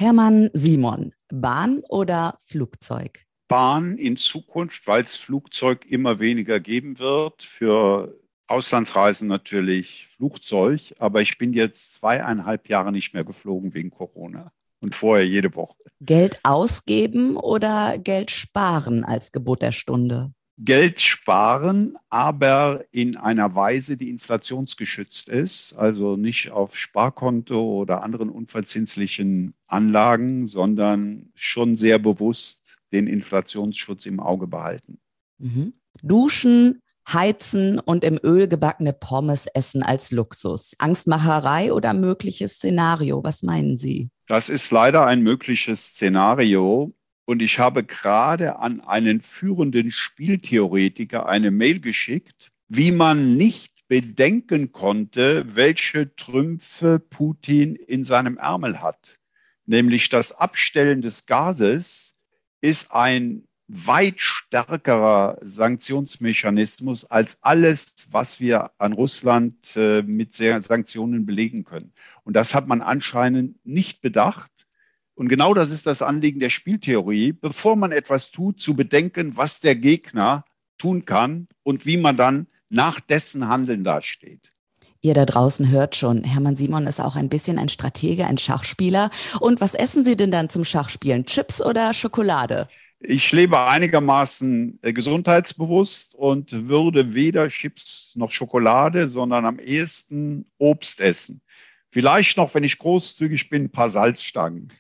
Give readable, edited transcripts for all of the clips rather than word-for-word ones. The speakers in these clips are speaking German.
Hermann Simon, Bahn oder Flugzeug? Bahn in Zukunft, weil es Flugzeug immer weniger geben wird. Für Auslandsreisen natürlich Flugzeug, aber ich bin jetzt 2,5 Jahre nicht mehr geflogen wegen Corona und vorher jede Woche. Geld ausgeben oder Geld sparen als Gebot der Stunde? Geld sparen, aber in einer Weise, die inflationsgeschützt ist, also nicht auf Sparkonto oder anderen unverzinslichen Anlagen, sondern schon sehr bewusst den Inflationsschutz im Auge behalten. Mhm. Duschen, heizen und im Öl gebackene Pommes essen als Luxus. Angstmacherei oder mögliches Szenario? Was meinen Sie? Das ist leider ein mögliches Szenario. Und ich habe gerade an einen führenden Spieltheoretiker eine Mail geschickt, wie man nicht bedenken konnte, welche Trümpfe Putin in seinem Ärmel hat. Nämlich das Abstellen des Gases ist ein weit stärkerer Sanktionsmechanismus als alles, was wir an Russland mit Sanktionen belegen können. Und das hat man anscheinend nicht bedacht. Und genau das ist das Anliegen der Spieltheorie, bevor man etwas tut, zu bedenken, was der Gegner tun kann und wie man dann nach dessen Handeln dasteht. Ihr da draußen hört schon, Hermann Simon ist auch ein bisschen ein Stratege, ein Schachspieler. Und was essen Sie denn dann zum Schachspielen? Chips oder Schokolade? Ich lebe einigermaßen gesundheitsbewusst und würde weder Chips noch Schokolade, sondern am ehesten Obst essen. Vielleicht noch, wenn ich großzügig bin, ein paar Salzstangen.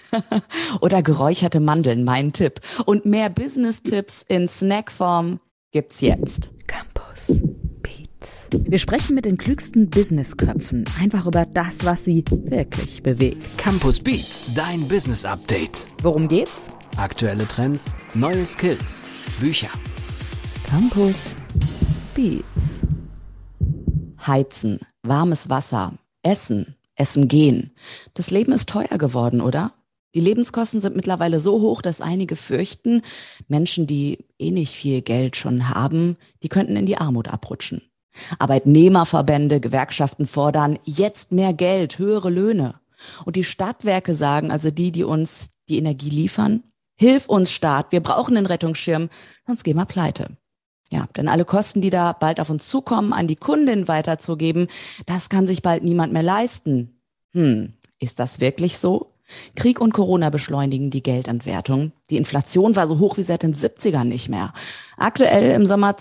Oder geräucherte Mandeln, mein Tipp. Und mehr Business-Tipps in Snackform gibt's jetzt. Campus Beats. Wir sprechen mit den klügsten Businessköpfen einfach über das, was sie wirklich bewegt. Campus Beats, dein Business Update. Worum geht's? Aktuelle Trends, neue Skills, Bücher. Campus Beats. Heizen, warmes Wasser, Essen, Essen gehen. Das Leben ist teuer geworden, oder? Die Lebenskosten sind mittlerweile so hoch, dass einige fürchten, Menschen, die eh nicht viel Geld schon haben, die könnten in die Armut abrutschen. Arbeitnehmerverbände, Gewerkschaften fordern jetzt mehr Geld, höhere Löhne. Und die Stadtwerke sagen, also die uns die Energie liefern, hilf uns Staat, wir brauchen einen Rettungsschirm, sonst gehen wir pleite. Ja, denn alle Kosten, die da bald auf uns zukommen, an die Kundin weiterzugeben, das kann sich bald niemand mehr leisten. Ist das wirklich so? Krieg und Corona beschleunigen die Geldentwertung. Die Inflation war so hoch wie seit den 70ern nicht mehr. Aktuell im Sommer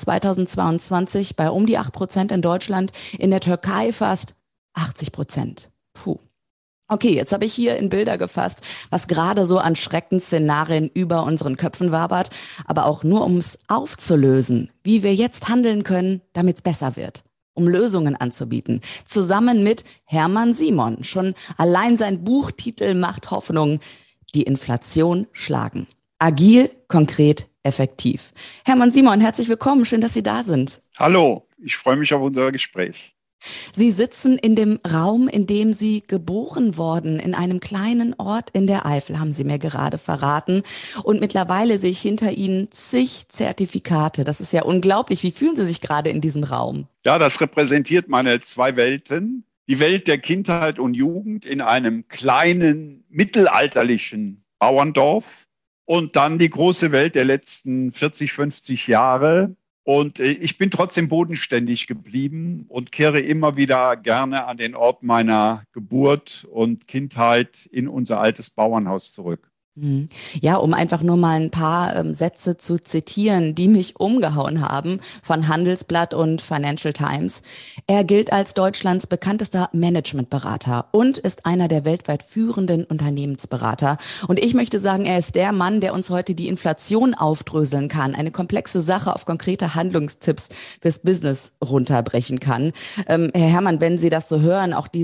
2022 bei um die 8% in Deutschland, in der Türkei fast 80%. Puh. Okay, jetzt habe ich hier in Bilder gefasst, was gerade so an Schreckensszenarien über unseren Köpfen wabert, aber auch nur, um es aufzulösen, wie wir jetzt handeln können, damit es besser wird, um Lösungen anzubieten. Zusammen mit Hermann Simon. Schon allein sein Buchtitel macht Hoffnung, die Inflation schlagen. Agil, konkret, effektiv. Hermann Simon, herzlich willkommen, schön, dass Sie da sind. Hallo, ich freue mich auf unser Gespräch. Sie sitzen in dem Raum, in dem Sie geboren wurden, in einem kleinen Ort in der Eifel, haben Sie mir gerade verraten. Und mittlerweile sehe ich hinter Ihnen zig Zertifikate. Das ist ja unglaublich. Wie fühlen Sie sich gerade in diesem Raum? Ja, das repräsentiert meine zwei Welten. Die Welt der Kindheit und Jugend in einem kleinen mittelalterlichen Bauerndorf und dann die große Welt der letzten 40, 50 Jahre. Und ich bin trotzdem bodenständig geblieben und kehre immer wieder gerne an den Ort meiner Geburt und Kindheit in unser altes Bauernhaus zurück. Ja, um einfach nur mal ein paar Sätze zu zitieren, die mich umgehauen haben von Handelsblatt und Financial Times. Er gilt als Deutschlands bekanntester Managementberater und ist einer der weltweit führenden Unternehmensberater. Und ich möchte sagen, er ist der Mann, der uns heute die Inflation aufdröseln kann, eine komplexe Sache auf konkrete Handlungstipps fürs Business runterbrechen kann. Herr Herrmann, wenn Sie das so hören, auch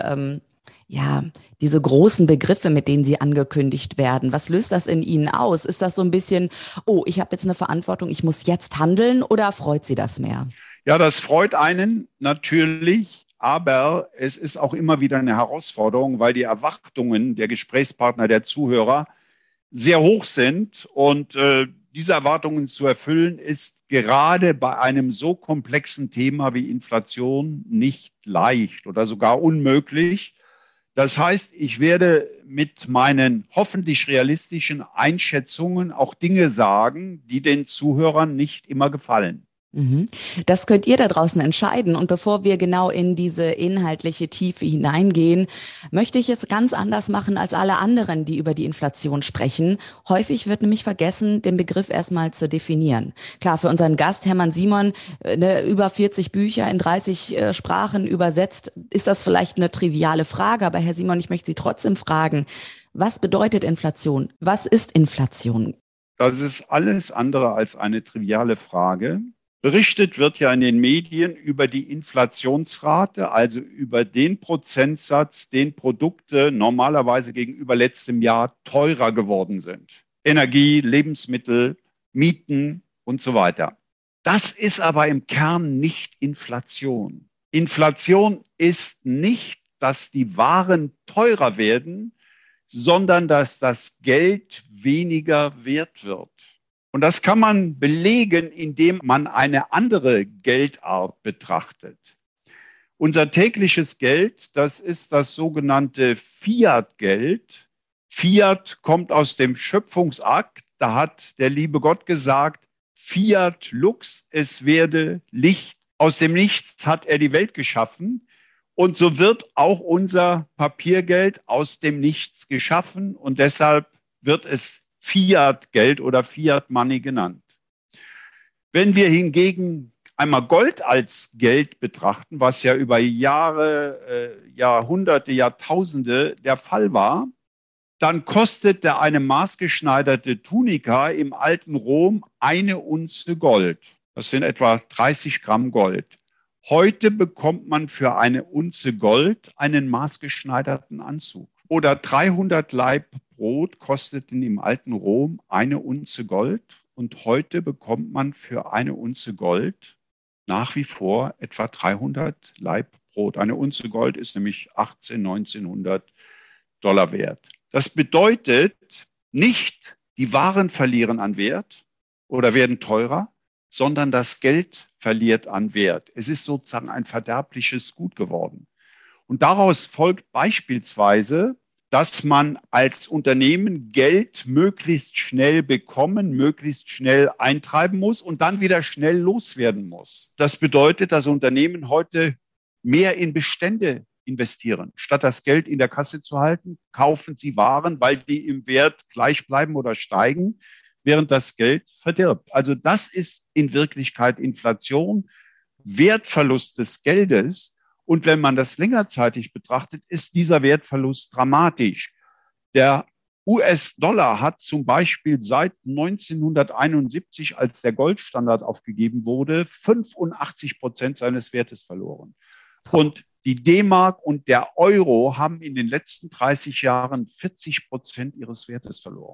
diese großen Begriffe, mit denen sie angekündigt werden. Was löst das in Ihnen aus? Ist das so ein bisschen, oh, ich habe jetzt eine Verantwortung, ich muss jetzt handeln, oder freut Sie das mehr? Ja, das freut einen natürlich, aber es ist auch immer wieder eine Herausforderung, weil die Erwartungen der Gesprächspartner, der Zuhörer sehr hoch sind und diese Erwartungen zu erfüllen, ist gerade bei einem so komplexen Thema wie Inflation nicht leicht oder sogar unmöglich. Das heißt, ich werde mit meinen hoffentlich realistischen Einschätzungen auch Dinge sagen, die den Zuhörern nicht immer gefallen. Mhm. Das könnt ihr da draußen entscheiden. Und bevor wir genau in diese inhaltliche Tiefe hineingehen, möchte ich es ganz anders machen als alle anderen, die über die Inflation sprechen. Häufig wird nämlich vergessen, den Begriff erstmal zu definieren. Klar, für unseren Gast Hermann Simon, ne, über 40 Bücher in 30 Sprachen übersetzt, ist das vielleicht eine triviale Frage. Aber Herr Simon, ich möchte Sie trotzdem fragen, was bedeutet Inflation? Was ist Inflation? Das ist alles andere als eine triviale Frage. Berichtet wird ja in den Medien über die Inflationsrate, also über den Prozentsatz, den Produkte normalerweise gegenüber letztem Jahr teurer geworden sind. Energie, Lebensmittel, Mieten und so weiter. Das ist aber im Kern nicht Inflation. Inflation ist nicht, dass die Waren teurer werden, sondern dass das Geld weniger wert wird. Und das kann man belegen, indem man eine andere Geldart betrachtet. Unser tägliches Geld, das ist das sogenannte Fiat-Geld. Fiat kommt aus dem Schöpfungsakt. Da hat der liebe Gott gesagt, Fiat lux, es werde Licht. Aus dem Nichts hat er die Welt geschaffen. Und so wird auch unser Papiergeld aus dem Nichts geschaffen. Und deshalb wird es Fiat-Geld oder Fiat-Money genannt. Wenn wir hingegen einmal Gold als Geld betrachten, was ja über Jahre, Jahrhunderte, Jahrtausende der Fall war, dann kostete eine maßgeschneiderte Tunika im alten Rom eine Unze Gold. Das sind etwa 30 Gramm Gold. Heute bekommt man für eine Unze Gold einen maßgeschneiderten Anzug. Oder 300 Laib Brot kosteten im alten Rom eine Unze Gold. Und heute bekommt man für eine Unze Gold nach wie vor etwa 300 Laib Brot. Eine Unze Gold ist nämlich 1900 Dollar wert. Das bedeutet nicht, die Waren verlieren an Wert oder werden teurer, sondern das Geld verliert an Wert. Es ist sozusagen ein verderbliches Gut geworden. Und daraus folgt beispielsweise, dass man als Unternehmen Geld möglichst schnell bekommen, möglichst schnell eintreiben muss und dann wieder schnell loswerden muss. Das bedeutet, dass Unternehmen heute mehr in Bestände investieren. Statt das Geld in der Kasse zu halten, kaufen sie Waren, weil die im Wert gleich bleiben oder steigen, während das Geld verdirbt. Also das ist in Wirklichkeit Inflation, Wertverlust des Geldes. Und wenn man das längerzeitig betrachtet, ist dieser Wertverlust dramatisch. Der US-Dollar hat zum Beispiel seit 1971, als der Goldstandard aufgegeben wurde, 85% seines Wertes verloren. Und die D-Mark und der Euro haben in den letzten 30 Jahren 40% ihres Wertes verloren.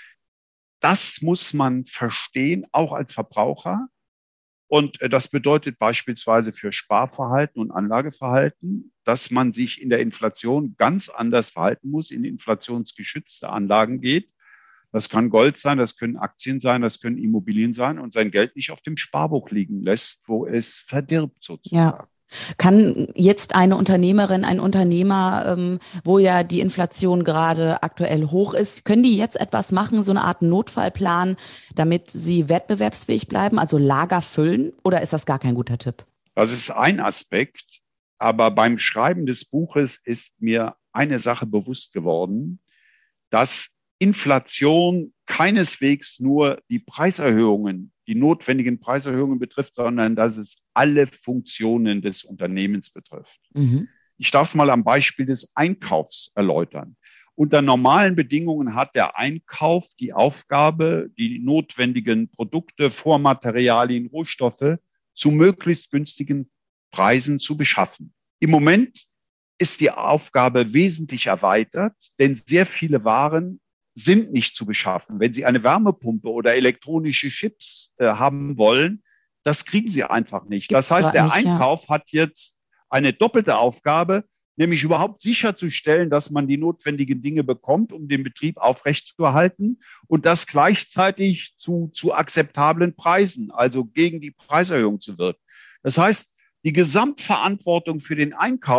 Das muss man verstehen, auch als Verbraucher. Und das bedeutet beispielsweise für Sparverhalten und Anlageverhalten, dass man sich in der Inflation ganz anders verhalten muss, in inflationsgeschützte Anlagen geht. Das kann Gold sein, das können Aktien sein, das können Immobilien sein und sein Geld nicht auf dem Sparbuch liegen lässt, wo es verdirbt sozusagen. Ja. Kann jetzt eine Unternehmerin, ein Unternehmer, wo ja die Inflation gerade aktuell hoch ist, können die jetzt etwas machen, so eine Art Notfallplan, damit sie wettbewerbsfähig bleiben, also Lager füllen? Oder ist das gar kein guter Tipp? Das ist ein Aspekt, aber beim Schreiben des Buches ist mir eine Sache bewusst geworden, dass Inflation keineswegs nur die Preiserhöhungen, die notwendigen Preiserhöhungen betrifft, sondern dass es alle Funktionen des Unternehmens betrifft. Mhm. Ich darf es mal am Beispiel des Einkaufs erläutern. Unter normalen Bedingungen hat der Einkauf die Aufgabe, die notwendigen Produkte, Vormaterialien, Rohstoffe zu möglichst günstigen Preisen zu beschaffen. Im Moment ist die Aufgabe wesentlich erweitert, denn sehr viele Waren sind nicht zu beschaffen. Wenn Sie eine Wärmepumpe oder elektronische Chips haben wollen, das kriegen Sie einfach nicht. Das heißt, der Einkauf hat jetzt eine doppelte Aufgabe, nämlich überhaupt sicherzustellen, dass man die notwendigen Dinge bekommt, um den Betrieb aufrechtzuerhalten und das gleichzeitig zu akzeptablen Preisen, also gegen die Preiserhöhung zu wirken. Das heißt, die Gesamtverantwortung für den Einkauf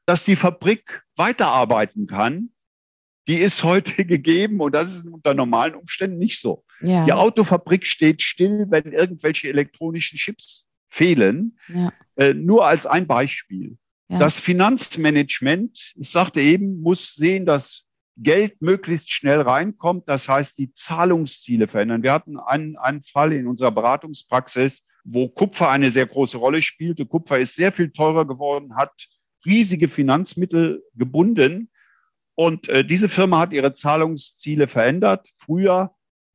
dass die Fabrik weiterarbeiten kann, die ist heute gegeben und das ist unter normalen Umständen nicht so. Ja. Die Autofabrik steht still, wenn irgendwelche elektronischen Chips fehlen. Ja. Nur als ein Beispiel. Ja. Das Finanzmanagement, ich sagte eben, muss sehen, dass Geld möglichst schnell reinkommt. Das heißt, die Zahlungsziele verändern. Wir hatten einen Fall in unserer Beratungspraxis, wo Kupfer eine sehr große Rolle spielte. Kupfer ist sehr viel teurer geworden, hat riesige Finanzmittel gebunden. Und diese Firma hat ihre Zahlungsziele verändert. Früher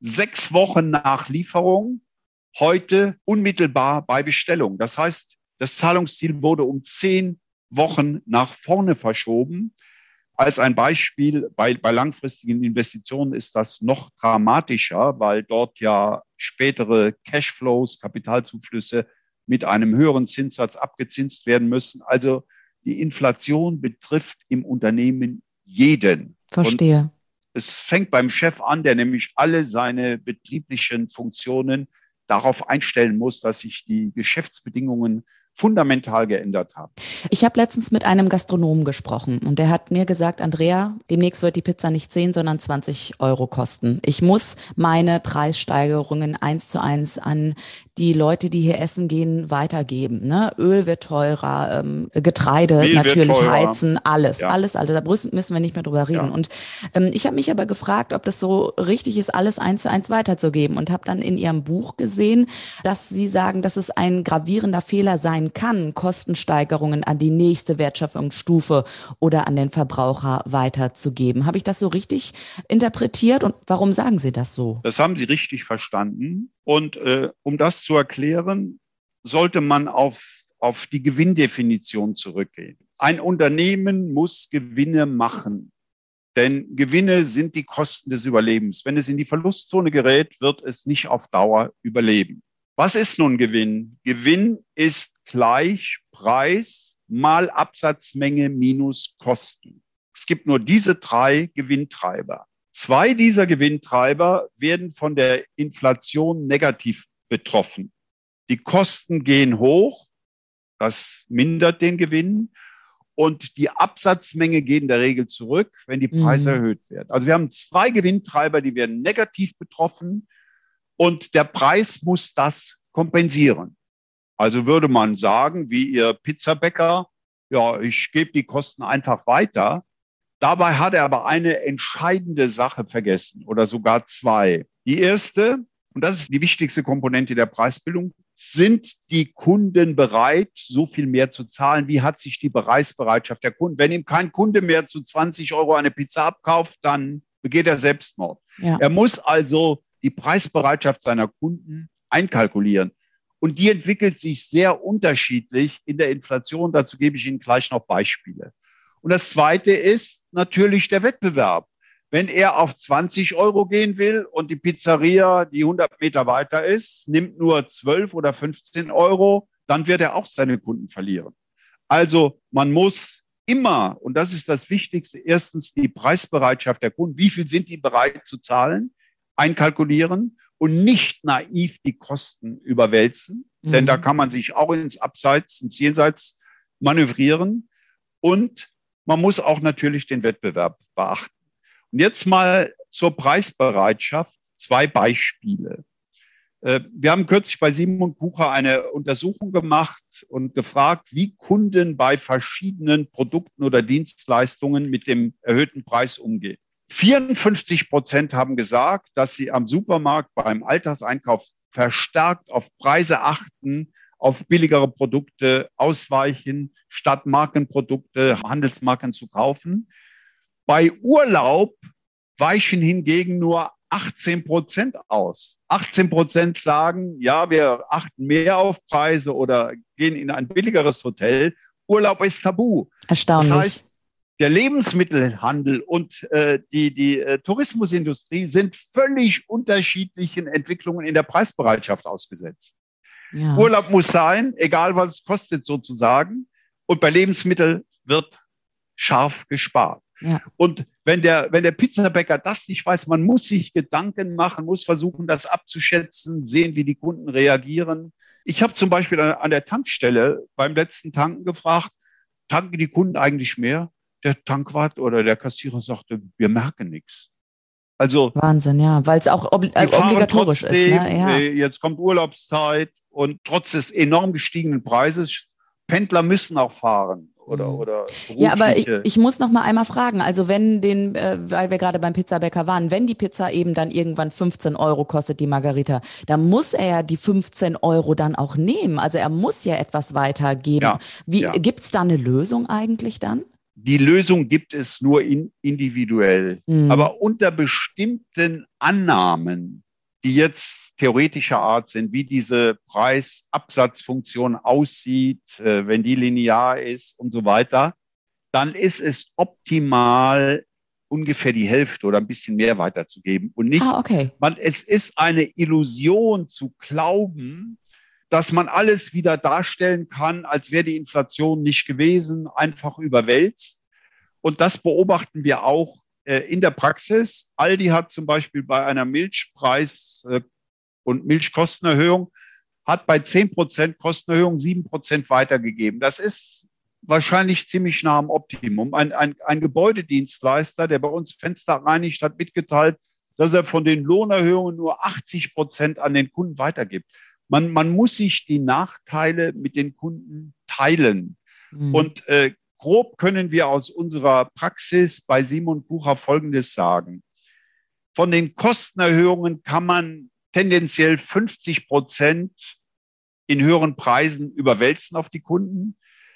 6 Wochen nach Lieferung, heute unmittelbar bei Bestellung. Das heißt, das Zahlungsziel wurde um 10 Wochen nach vorne verschoben. Als ein Beispiel, bei langfristigen Investitionen ist das noch dramatischer, weil dort ja spätere Cashflows, Kapitalzuflüsse mit einem höheren Zinssatz abgezinst werden müssen. Also die Inflation betrifft im Unternehmen jeden. Verstehe. Und es fängt beim Chef an, der nämlich alle seine betrieblichen Funktionen darauf einstellen muss, dass sich die Geschäftsbedingungen fundamental geändert haben. Ich habe letztens mit einem Gastronomen gesprochen und der hat mir gesagt, Andrea, demnächst wird die Pizza nicht 10, sondern 20 Euro kosten. Ich muss meine Preissteigerungen 1:1 an die Leute, die hier essen gehen, weitergeben. Ne? Öl wird teurer, Getreide Mehl natürlich, wird teurer. Heizen, alles. Da müssen wir nicht mehr drüber reden. Ja. Und ich habe mich aber gefragt, ob das so richtig ist, alles 1:1 weiterzugeben und habe dann in ihrem Buch gesehen, dass sie sagen, dass es ein gravierender Fehler sein kann, Kostensteigerungen an die nächste Wertschöpfungsstufe oder an den Verbraucher weiterzugeben. Habe ich das so richtig interpretiert und warum sagen Sie das so? Das haben Sie richtig verstanden. Und um das zu erklären, sollte man auf die Gewinndefinition zurückgehen. Ein Unternehmen muss Gewinne machen, denn Gewinne sind die Kosten des Überlebens. Wenn es in die Verlustzone gerät, wird es nicht auf Dauer überleben. Was ist nun Gewinn? Gewinn ist gleich Preis mal Absatzmenge minus Kosten. Es gibt nur diese 3 Gewinntreiber. 2 dieser Gewinntreiber werden von der Inflation negativ betroffen. Die Kosten gehen hoch, das mindert den Gewinn. Und die Absatzmenge geht in der Regel zurück, wenn die Preise erhöht werden. Also wir haben 2 Gewinntreiber, die werden negativ betroffen und der Preis muss das kompensieren. Also würde man sagen, wie Ihr Pizzabäcker, ja, ich gebe die Kosten einfach weiter. Dabei hat er aber eine entscheidende Sache vergessen oder sogar 2. Die erste, und das ist die wichtigste Komponente der Preisbildung, sind die Kunden bereit, so viel mehr zu zahlen? Wie hat sich die Preisbereitschaft der Kunden? Wenn ihm kein Kunde mehr zu 20 Euro eine Pizza abkauft, dann begeht er Selbstmord. Ja. Er muss also die Preisbereitschaft seiner Kunden einkalkulieren. Und die entwickelt sich sehr unterschiedlich in der Inflation. Dazu gebe ich Ihnen gleich noch Beispiele. Und das Zweite ist natürlich der Wettbewerb. Wenn er auf 20 Euro gehen will und die Pizzeria, die 100 Meter weiter ist, nimmt nur 12 oder 15 Euro, dann wird er auch seine Kunden verlieren. Also man muss immer, und das ist das Wichtigste, erstens die Preisbereitschaft der Kunden, wie viel sind die bereit zu zahlen, einkalkulieren und nicht naiv die Kosten überwälzen, denn da kann man sich auch ins Abseits, ins Jenseits manövrieren. Und man muss auch natürlich den Wettbewerb beachten. Und jetzt mal zur Preisbereitschaft 2 Beispiele. Wir haben kürzlich bei Simon Kucher eine Untersuchung gemacht und gefragt, wie Kunden bei verschiedenen Produkten oder Dienstleistungen mit dem erhöhten Preis umgehen. 54% haben gesagt, dass sie am Supermarkt beim Alltagseinkauf verstärkt auf Preise achten, auf billigere Produkte ausweichen, statt Markenprodukte, Handelsmarken zu kaufen. Bei Urlaub weichen hingegen nur 18% aus. 18% sagen, ja, wir achten mehr auf Preise oder gehen in ein billigeres Hotel. Urlaub ist tabu. Erstaunlich. Das heißt, der Lebensmittelhandel und die Tourismusindustrie sind völlig unterschiedlichen Entwicklungen in der Preisbereitschaft ausgesetzt. Ja. Urlaub muss sein, egal was es kostet sozusagen. Und bei Lebensmitteln wird scharf gespart. Ja. Und wenn der Pizzabäcker das nicht weiß, man muss sich Gedanken machen, muss versuchen, das abzuschätzen, sehen, wie die Kunden reagieren. Ich habe zum Beispiel an der Tankstelle beim letzten Tanken gefragt, tanken die Kunden eigentlich mehr? Der Tankwart oder der Kassierer sagte, wir merken nichts. Also Wahnsinn, ja, weil es auch die fahren obligatorisch ist, ne? trotzdem, Ja. jetzt kommt Urlaubszeit und trotz des enorm gestiegenen Preises, Pendler müssen auch fahren Mhm. oder Ja, aber berufliche. ich muss noch mal einmal fragen, also wenn weil wir gerade beim Pizzabäcker waren, wenn die Pizza eben dann irgendwann 15 € kostet, die Margarita, dann muss er ja die 15 € dann auch nehmen. Also er muss ja etwas weitergeben. Ja, ja. Gibt's da eine Lösung eigentlich dann? Die Lösung gibt es nur individuell. Mhm. Aber unter bestimmten Annahmen, die jetzt theoretischer Art sind, wie diese Preisabsatzfunktion aussieht, wenn die linear ist und so weiter, dann ist es optimal, ungefähr die Hälfte oder ein bisschen mehr weiterzugeben. Und nicht, Ah, okay. es ist eine Illusion zu glauben, dass man alles wieder darstellen kann, als wäre die Inflation nicht gewesen, einfach überwälzt. Und das beobachten wir auch in der Praxis. Aldi hat zum Beispiel bei einer Milchpreis- und Milchkostenerhöhung, hat bei 10% Kostenerhöhung 7% weitergegeben. Das ist wahrscheinlich ziemlich nah am Optimum. Ein Gebäudedienstleister, der bei uns Fenster reinigt, hat mitgeteilt, dass er von den Lohnerhöhungen nur 80% an den Kunden weitergibt. Man muss sich die Nachteile mit den Kunden teilen. Mhm. Und grob können wir aus unserer Praxis bei Simon Kucher Folgendes sagen. Von den Kostenerhöhungen kann man tendenziell 50% in höheren Preisen überwälzen auf die Kunden.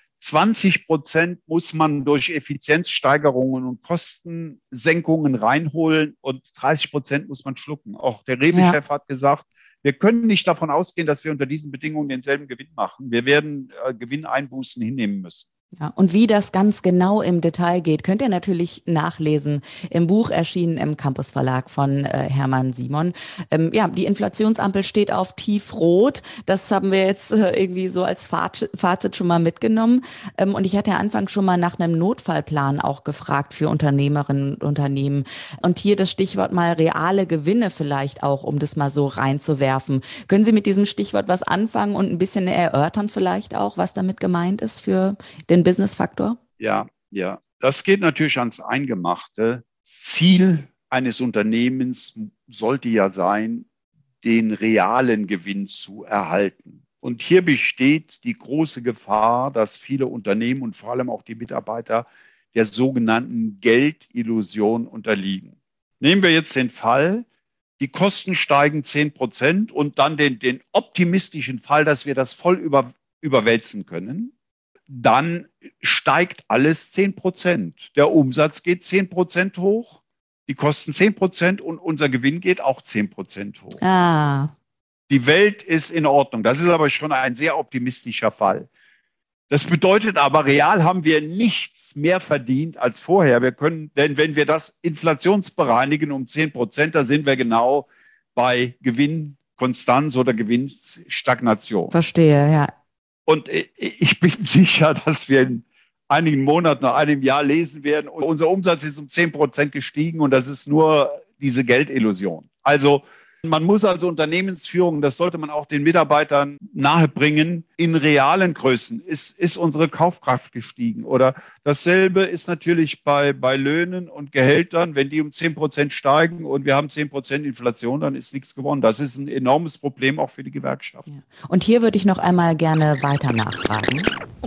20% muss man durch Effizienzsteigerungen und Kostensenkungen reinholen und 30% muss man schlucken. Auch der Ja. Rewe-Chef hat gesagt, wir können nicht davon ausgehen, dass wir unter diesen Bedingungen denselben Gewinn machen. Wir werden Gewinneinbußen hinnehmen müssen. Ja, und wie das ganz genau im Detail geht, könnt ihr natürlich nachlesen im Buch erschienen im Campus Verlag von Hermann Simon. Ja, die Inflationsampel steht auf tiefrot. Das haben wir jetzt irgendwie so als Fazit schon mal mitgenommen. Und ich hatte ja anfangs schon mal nach einem Notfallplan auch gefragt für Unternehmerinnen und Unternehmen. Und hier das Stichwort mal reale Gewinne vielleicht auch, um das mal so reinzuwerfen. Können Sie mit diesem Stichwort was anfangen und ein bisschen erörtern vielleicht auch, was damit gemeint ist für den Business-Faktor? Ja, ja. Das geht natürlich ans Eingemachte. Ziel eines Unternehmens sollte ja sein, den realen Gewinn zu erhalten. Und hier besteht die große Gefahr, dass viele Unternehmen und vor allem auch die Mitarbeiter der sogenannten Geldillusion unterliegen. Nehmen wir jetzt den Fall, die Kosten steigen 10% und dann den optimistischen Fall, dass wir das voll überwälzen können. Dann steigt alles 10%. Der Umsatz geht 10% hoch, die Kosten 10% und unser Gewinn geht auch 10% hoch. Ah, Die Welt ist in Ordnung. Das ist aber schon ein sehr optimistischer Fall. Das bedeutet aber, real haben wir nichts mehr verdient als vorher. Denn wenn wir das inflationsbereinigen um 10%, da sind wir genau bei Gewinnkonstanz oder Gewinnstagnation. verstehe, ja. Und ich bin sicher, dass wir in einigen Monaten, nach einem Jahr lesen werden, unser Umsatz ist um 10% gestiegen und das ist nur diese Geldillusion. Also man muss also Unternehmensführung, das sollte man auch den Mitarbeitern nahebringen, in realen Größen ist unsere Kaufkraft gestiegen. Oder dasselbe ist natürlich bei Löhnen und Gehältern. Wenn die um 10% steigen und wir haben 10% Inflation, dann ist nichts gewonnen. Das ist ein enormes Problem auch für die Gewerkschaft. Ja. Und hier würde ich noch einmal gerne weiter nachfragen.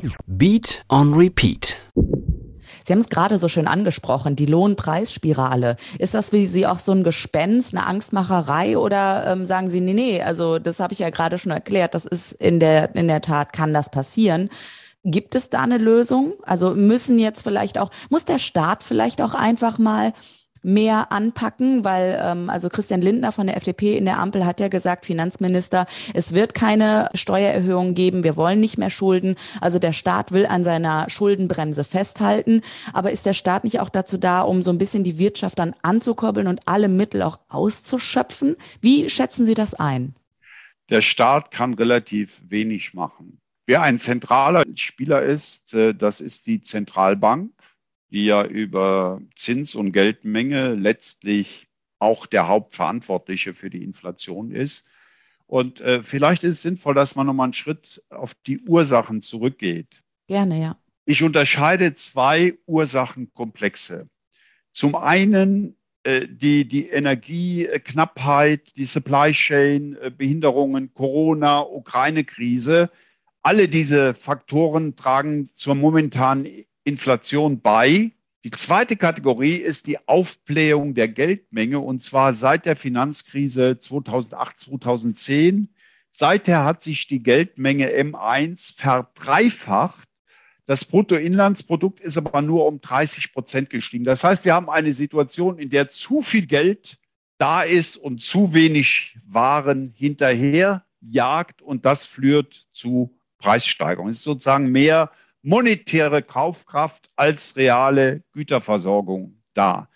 Beat on Repeat. Sie haben es gerade so schön angesprochen, die Lohnpreisspirale. Ist das für Sie auch so ein Gespenst, eine Angstmacherei oder sagen Sie, nee, also das habe ich ja gerade schon erklärt, das ist in der Tat, kann das passieren. Gibt es da eine Lösung? Also muss der Staat vielleicht auch einfach mal mehr anpacken, weil also Christian Lindner von der FDP in der Ampel hat ja gesagt, Finanzminister, es wird keine Steuererhöhung geben, wir wollen nicht mehr Schulden. Also der Staat will an seiner Schuldenbremse festhalten, aber ist der Staat nicht auch dazu da, um so ein bisschen die Wirtschaft dann anzukurbeln und alle Mittel auch auszuschöpfen? Wie schätzen Sie das ein? Der Staat kann relativ wenig machen. Wer ein zentraler Spieler ist, das ist die Zentralbank, die ja über Zins und Geldmenge letztlich auch der Hauptverantwortliche für die Inflation ist. Und vielleicht ist es sinnvoll, dass man nochmal einen Schritt auf die Ursachen zurückgeht. Gerne, ja. Ich unterscheide zwei Ursachenkomplexe. Zum einen die Energieknappheit, die Supply Chain, Behinderungen, Corona, Ukraine-Krise. Alle diese Faktoren tragen zur momentanen Inflation bei. Die zweite Kategorie ist die Aufblähung der Geldmenge, und zwar seit der Finanzkrise 2008, 2010. Seither hat sich die Geldmenge M1 verdreifacht. Das Bruttoinlandsprodukt ist aber nur um 30% gestiegen. Das heißt, wir haben eine Situation, in der zu viel Geld da ist und zu wenig Waren hinterher jagt, und das führt zu Preissteigerungen. Es ist sozusagen mehr monetäre Kaufkraft als reale Güterversorgung da.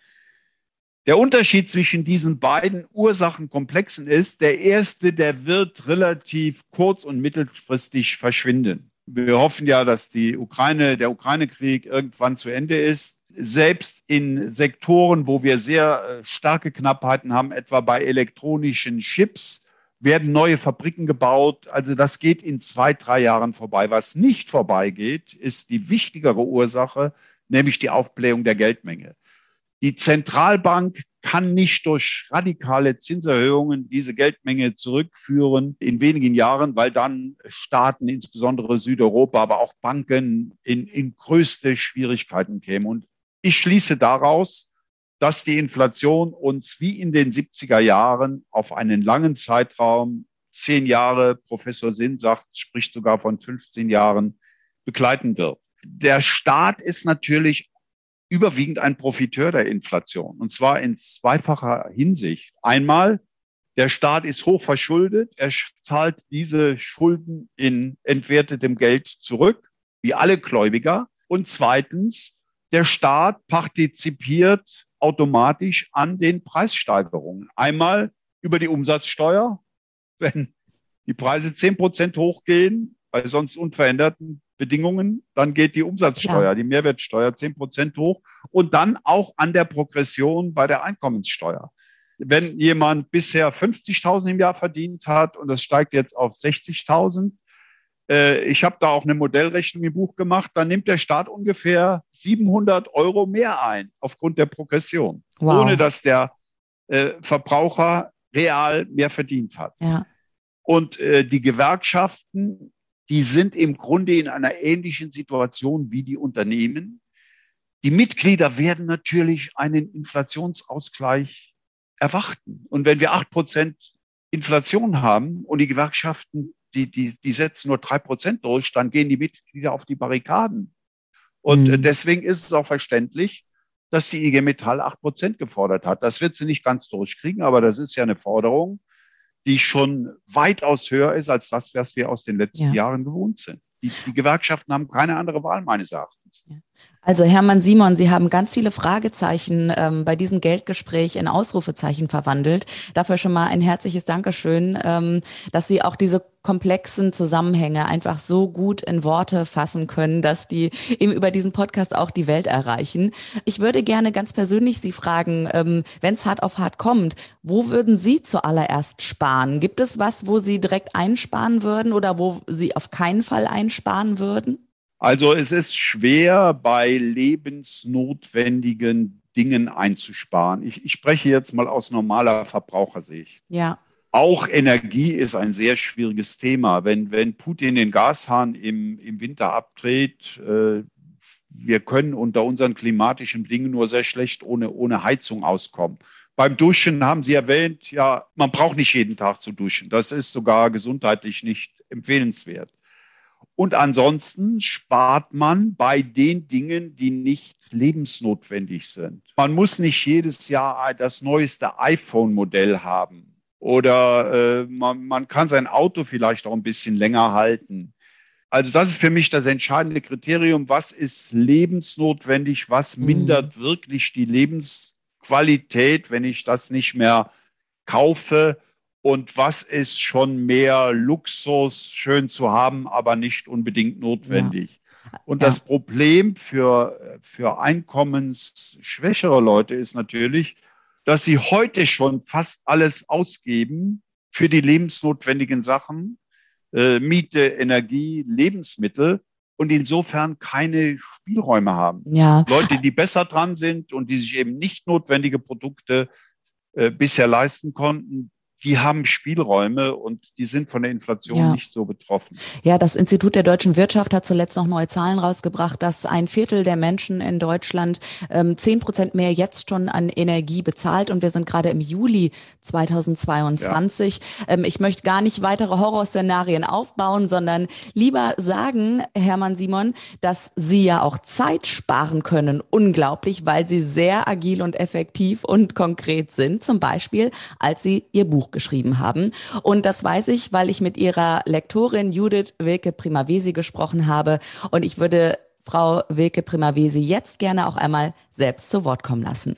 Der Unterschied zwischen diesen beiden Ursachenkomplexen ist, der erste, der wird relativ kurz- und mittelfristig verschwinden. Wir hoffen ja, dass der Ukraine-Krieg irgendwann zu Ende ist. Selbst in Sektoren, wo wir sehr starke Knappheiten haben, etwa bei elektronischen Chips, werden neue Fabriken gebaut. Also das geht in 2-3 Jahren vorbei. Was nicht vorbeigeht, ist die wichtigere Ursache, nämlich die Aufblähung der Geldmenge. Die Zentralbank kann nicht durch radikale Zinserhöhungen diese Geldmenge zurückführen in wenigen Jahren, weil dann Staaten, insbesondere Südeuropa, aber auch Banken in größte Schwierigkeiten kämen. Und ich schließe daraus, dass die Inflation uns wie in den 70er Jahren auf einen langen Zeitraum, 10 Jahre, Professor Sinn spricht sogar von 15 Jahren, begleiten wird. Der Staat ist natürlich überwiegend ein Profiteur der Inflation, und zwar in zweifacher Hinsicht. Einmal, der Staat ist hoch verschuldet, er zahlt diese Schulden in entwertetem Geld zurück, wie alle Gläubiger. Und zweitens, der Staat partizipiert automatisch an den Preissteigerungen. Einmal über die Umsatzsteuer, wenn die Preise 10% hochgehen, bei sonst unveränderten Bedingungen, dann geht die Umsatzsteuer, die Mehrwertsteuer 10% hoch, und dann auch an der Progression bei der Einkommenssteuer. Wenn jemand bisher 50.000 im Jahr verdient hat und das steigt jetzt auf 60.000, ich habe da auch eine Modellrechnung im Buch gemacht, dann nimmt der Staat ungefähr 700 Euro mehr ein aufgrund der Progression, ohne dass der Verbraucher real mehr verdient hat. Ja. Und die Gewerkschaften, die sind im Grunde in einer ähnlichen Situation wie die Unternehmen. Die Mitglieder werden natürlich einen Inflationsausgleich erwarten. Und wenn wir 8% Inflation haben und die Gewerkschaften, die setzen nur 3% durch, dann gehen die Mitglieder auf die Barrikaden. Und deswegen ist es auch verständlich, dass die IG Metall 8% gefordert hat. Das wird sie nicht ganz durchkriegen, aber das ist ja eine Forderung, die schon weitaus höher ist als das, was wir aus den letzten Jahren gewohnt sind. Die Gewerkschaften haben keine andere Wahl, meines Erachtens. Also Hermann Simon, Sie haben ganz viele Fragezeichen bei diesem Geldgespräch in Ausrufezeichen verwandelt. Dafür schon mal ein herzliches Dankeschön, dass Sie auch diese komplexen Zusammenhänge einfach so gut in Worte fassen können, dass die eben über diesen Podcast auch die Welt erreichen. Ich würde gerne ganz persönlich Sie fragen, wenn es hart auf hart kommt, wo würden Sie zuallererst sparen? Gibt es was, wo Sie direkt einsparen würden oder wo Sie auf keinen Fall einsparen würden? Also es ist schwer, bei lebensnotwendigen Dingen einzusparen. Ich spreche jetzt mal aus normaler Verbrauchersicht. Ja. Auch Energie ist ein sehr schwieriges Thema. Wenn Putin den Gashahn im Winter abdreht, wir können unter unseren klimatischen Bedingungen nur sehr schlecht ohne Heizung auskommen. Beim Duschen haben Sie erwähnt, ja, man braucht nicht jeden Tag zu duschen. Das ist sogar gesundheitlich nicht empfehlenswert. Und ansonsten spart man bei den Dingen, die nicht lebensnotwendig sind. Man muss nicht jedes Jahr das neueste iPhone-Modell haben. Oder man kann sein Auto vielleicht auch ein bisschen länger halten. Also das ist für mich das entscheidende Kriterium. Was ist lebensnotwendig? Was mindert wirklich die Lebensqualität, wenn ich das nicht mehr kaufe? Und was ist schon mehr Luxus, schön zu haben, aber nicht unbedingt notwendig? Ja. Und das Problem für einkommensschwächere Leute ist natürlich, dass sie heute schon fast alles ausgeben für die lebensnotwendigen Sachen, Miete, Energie, Lebensmittel. und insofern keine Spielräume haben. Ja. Leute, die besser dran sind und die sich eben nicht notwendige Produkte bisher leisten konnten, die haben Spielräume und die sind von der Inflation nicht so betroffen. Ja, das Institut der deutschen Wirtschaft hat zuletzt noch neue Zahlen rausgebracht, dass 1/4 der Menschen in Deutschland 10% mehr jetzt schon an Energie bezahlt und wir sind gerade im Juli 2022. Ja. Ich möchte gar nicht weitere Horrorszenarien aufbauen, sondern lieber sagen, Hermann Simon, dass Sie ja auch Zeit sparen können, unglaublich, weil Sie sehr agil und effektiv und konkret sind, zum Beispiel, als Sie Ihr Buch geschrieben haben. Und das weiß ich, weil ich mit ihrer Lektorin Judith Wilke-Primavesi gesprochen habe. Und ich würde Frau Wilke-Primavesi jetzt gerne auch einmal selbst zu Wort kommen lassen.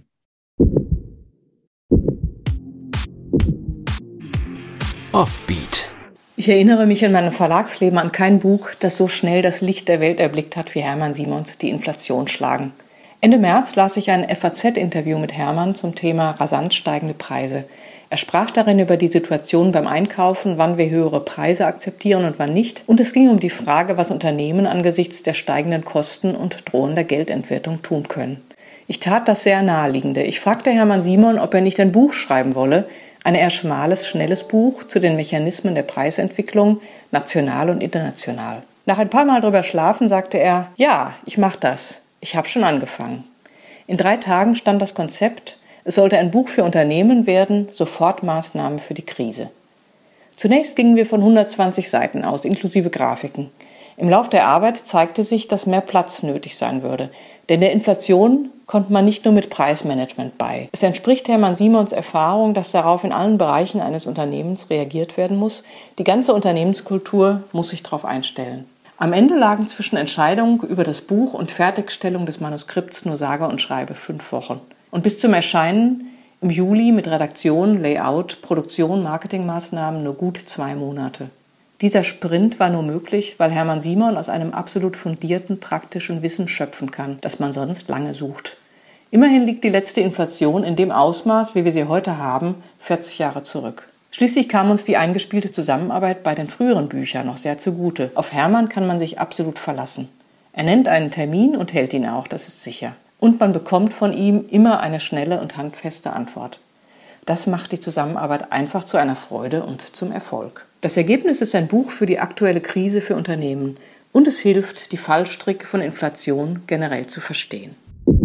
Offbeat. Ich erinnere mich in meinem Verlagsleben an kein Buch, das so schnell das Licht der Welt erblickt hat wie Hermann Simons Die Inflation schlagen. Ende März las ich ein FAZ-Interview mit Hermann zum Thema rasant steigende Preise. Er sprach darin über die Situation beim Einkaufen, wann wir höhere Preise akzeptieren und wann nicht. Und es ging um die Frage, was Unternehmen angesichts der steigenden Kosten und drohender Geldentwertung tun können. Ich tat das sehr Naheliegende. Ich fragte Hermann Simon, ob er nicht ein Buch schreiben wolle, ein eher schmales, schnelles Buch zu den Mechanismen der Preisentwicklung, national und international. Nach ein paar Mal drüber schlafen sagte er, ja, ich mach das. Ich habe schon angefangen. In 3 Tagen stand das Konzept. Es sollte ein Buch für Unternehmen werden, Sofortmaßnahmen für die Krise. Zunächst gingen wir von 120 Seiten aus, inklusive Grafiken. Im Lauf der Arbeit zeigte sich, dass mehr Platz nötig sein würde. Denn der Inflation kommt man nicht nur mit Preismanagement bei. Es entspricht Hermann Simons Erfahrung, dass darauf in allen Bereichen eines Unternehmens reagiert werden muss. Die ganze Unternehmenskultur muss sich darauf einstellen. Am Ende lagen zwischen Entscheidung über das Buch und Fertigstellung des Manuskripts nur sage und schreibe 5 Wochen. Und bis zum Erscheinen im Juli mit Redaktion, Layout, Produktion, Marketingmaßnahmen nur gut 2 Monate. Dieser Sprint war nur möglich, weil Hermann Simon aus einem absolut fundierten, praktischen Wissen schöpfen kann, das man sonst lange sucht. Immerhin liegt die letzte Inflation in dem Ausmaß, wie wir sie heute haben, 40 Jahre zurück. Schließlich kam uns die eingespielte Zusammenarbeit bei den früheren Büchern noch sehr zugute. Auf Hermann kann man sich absolut verlassen. Er nennt einen Termin und hält ihn auch, das ist sicher. Und man bekommt von ihm immer eine schnelle und handfeste Antwort. Das macht die Zusammenarbeit einfach zu einer Freude und zum Erfolg. Das Ergebnis ist ein Buch für die aktuelle Krise für Unternehmen und es hilft, die Fallstricke von Inflation generell zu verstehen.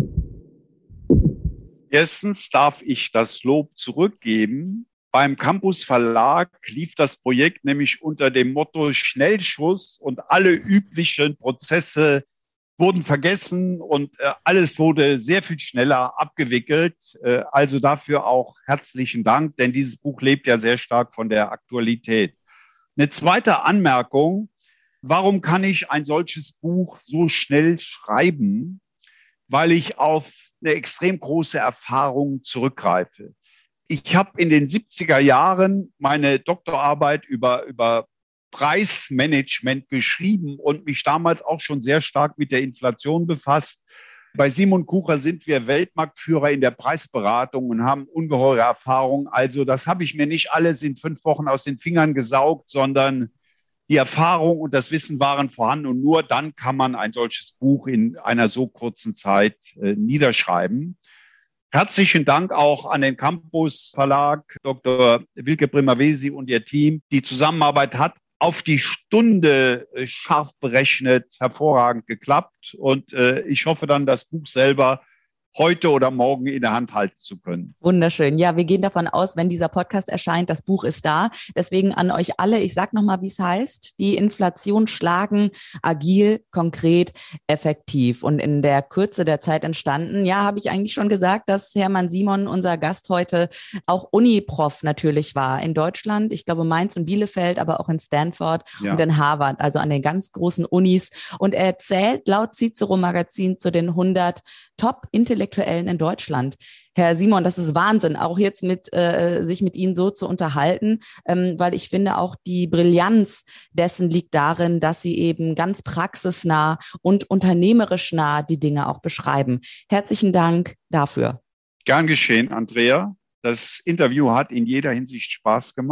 Erstens darf ich das Lob zurückgeben. Beim Campus Verlag lief das Projekt nämlich unter dem Motto Schnellschuss und alle üblichen Prozesse wurden vergessen und alles wurde sehr viel schneller abgewickelt. Also dafür auch herzlichen Dank, denn dieses Buch lebt ja sehr stark von der Aktualität. Eine zweite Anmerkung, warum kann ich ein solches Buch so schnell schreiben? Weil ich auf eine extrem große Erfahrung zurückgreife. Ich habe in den 70er Jahren meine Doktorarbeit über Preismanagement geschrieben und mich damals auch schon sehr stark mit der Inflation befasst. Bei Simon Kucher sind wir Weltmarktführer in der Preisberatung und haben ungeheure Erfahrung. Also das habe ich mir nicht alles in 5 Wochen aus den Fingern gesaugt, sondern die Erfahrung und das Wissen waren vorhanden. Und nur dann kann man ein solches Buch in einer so kurzen Zeit niederschreiben. Herzlichen Dank auch an den Campus Verlag, Dr. Wilke-Primavesi und ihr Team. Die Zusammenarbeit hat auf die Stunde scharf berechnet, hervorragend geklappt. Und ich hoffe dann, das Buch selber heute oder morgen in der Hand halten zu können. Wunderschön. Ja, wir gehen davon aus, wenn dieser Podcast erscheint, das Buch ist da. Deswegen an euch alle, ich sage nochmal, wie es heißt, die Inflation schlagen, agil, konkret, effektiv. Und in der Kürze der Zeit entstanden, ja, habe ich eigentlich schon gesagt, dass Hermann Simon, unser Gast heute, auch Uni-Prof natürlich war in Deutschland. Ich glaube Mainz und Bielefeld, aber auch in Stanford und in Harvard, also an den ganz großen Unis. Und er zählt laut Cicero Magazin zu den 100 Top-Intellektuellen in Deutschland. Herr Simon, das ist Wahnsinn, auch jetzt sich mit Ihnen so zu unterhalten, weil ich finde, auch die Brillanz dessen liegt darin, dass Sie eben ganz praxisnah und unternehmerisch nah die Dinge auch beschreiben. Herzlichen Dank dafür. Gern geschehen, Andrea. Das Interview hat in jeder Hinsicht Spaß gemacht.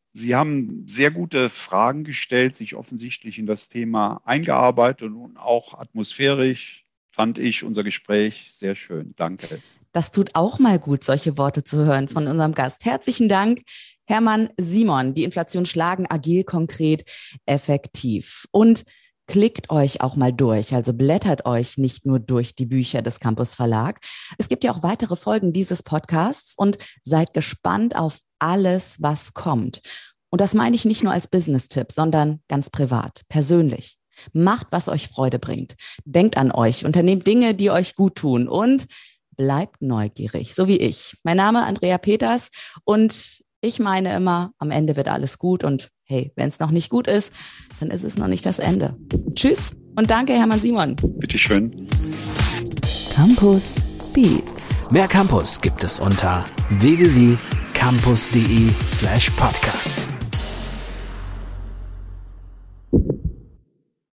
Sie haben sehr gute Fragen gestellt, sich offensichtlich in das Thema eingearbeitet und auch atmosphärisch fand ich unser Gespräch sehr schön. Danke. Das tut auch mal gut, solche Worte zu hören von unserem Gast. Herzlichen Dank, Hermann Simon. Die Inflation schlagen, agil, konkret, effektiv. Und klickt euch auch mal durch, also blättert euch nicht nur durch die Bücher des Campus Verlag. Es gibt ja auch weitere Folgen dieses Podcasts und seid gespannt auf alles, was kommt. Und das meine ich nicht nur als Business-Tipp, sondern ganz privat, persönlich. Macht, was euch Freude bringt. Denkt an euch, unternehmt Dinge, die euch gut tun und bleibt neugierig, so wie ich. Mein Name ist Andrea Peters und ich meine immer, am Ende wird alles gut und hey, wenn es noch nicht gut ist, dann ist es noch nicht das Ende. Tschüss und danke, Hermann Simon. Bitteschön. Campus Beats. Mehr Campus gibt es unter www.campus.de/podcast.